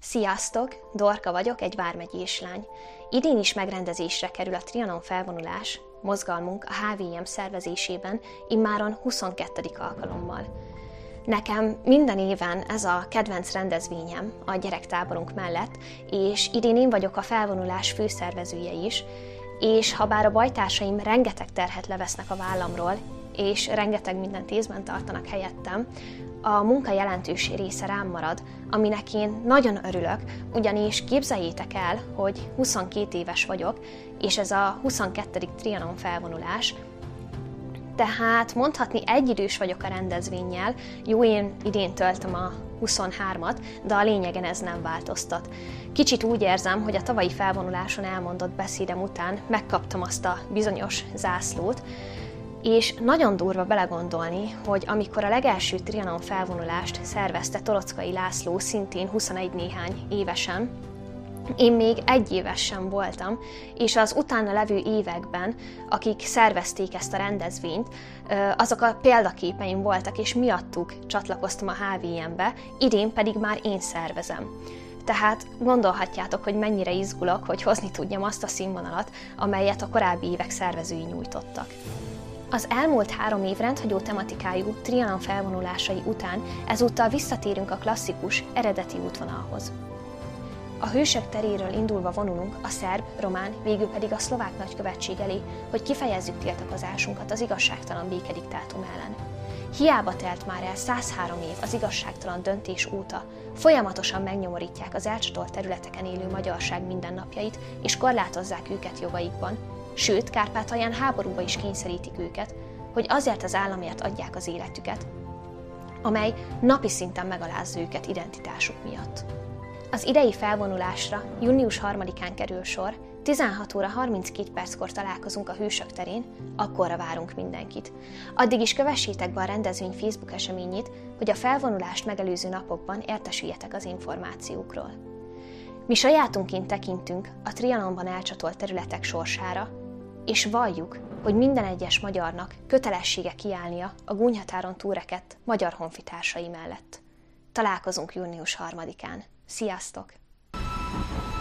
Sziasztok! Dorka vagyok, egy vármegyés lány. Idén is megrendezésre kerül a Trianon felvonulás, mozgalmunk a HVM szervezésében immáron 22. alkalommal. Nekem minden éven ez a kedvenc rendezvényem a gyerektáborunk mellett, és idén én vagyok a felvonulás főszervezője is, és ha bár a bajtársaim rengeteg terhet levesznek a vállamról, és rengeteg mindent észben tartanak helyettem, a munka jelentős része rám marad, aminek én nagyon örülök, ugyanis képzeljétek el, hogy 22 éves vagyok, és ez a 22. Trianon felvonulás, tehát mondhatni egyidős vagyok a rendezvénnyel, jó, én idén töltöm a 23-at, de a lényegen ez nem változtat. Kicsit úgy érzem, hogy a tavalyi felvonuláson elmondott beszédem után megkaptam azt a bizonyos zászlót, és nagyon durva belegondolni, hogy amikor a legelső Trianon felvonulást szervezte Torockai László szintén 21 néhány évesen, én még 1 éves sem voltam, és az utána levő években, akik szervezték ezt a rendezvényt, azok a példaképeim voltak, és miattuk csatlakoztam a HVM-be, idén pedig már én szervezem. Tehát gondolhatjátok, hogy mennyire izgulok, hogy hozni tudjam azt a színvonalat, amelyet a korábbi évek szervezői nyújtottak. Az elmúlt 3 év rendhagyó tematikájú Trianon felvonulásai után ezúttal visszatérünk a klasszikus, eredeti útvonalhoz. A Hősök teréről indulva vonulunk a szerb, román, végül pedig a szlovák nagykövetség elé, hogy kifejezzük tiltakozásunkat az igazságtalan békediktátum ellen. Hiába telt már el 103 év az igazságtalan döntés óta, folyamatosan megnyomorítják az elcsatolt területeken élő magyarság mindennapjait, és korlátozzák őket jogaikban, sőt, Kárpátalján háborúba is kényszerítik őket, hogy azért az államért adják az életüket, amely napi szinten megalázza őket identitásuk miatt. Az idei felvonulásra június 3-án kerül sor, 16 óra 32 perckor találkozunk a Hősök terén, akkorra várunk mindenkit. Addig is kövessétek be a rendezvény Facebook eseményét, hogy a felvonulást megelőző napokban értesüljetek az információkról. Mi sajátunként tekintünk a Trianonban elcsatolt területek sorsára, és valljuk, hogy minden egyes magyarnak kötelessége kiállnia a gúnyhatáron túlrekedt magyar honfitársai mellett. Találkozunk június 3-án. Sziasztok!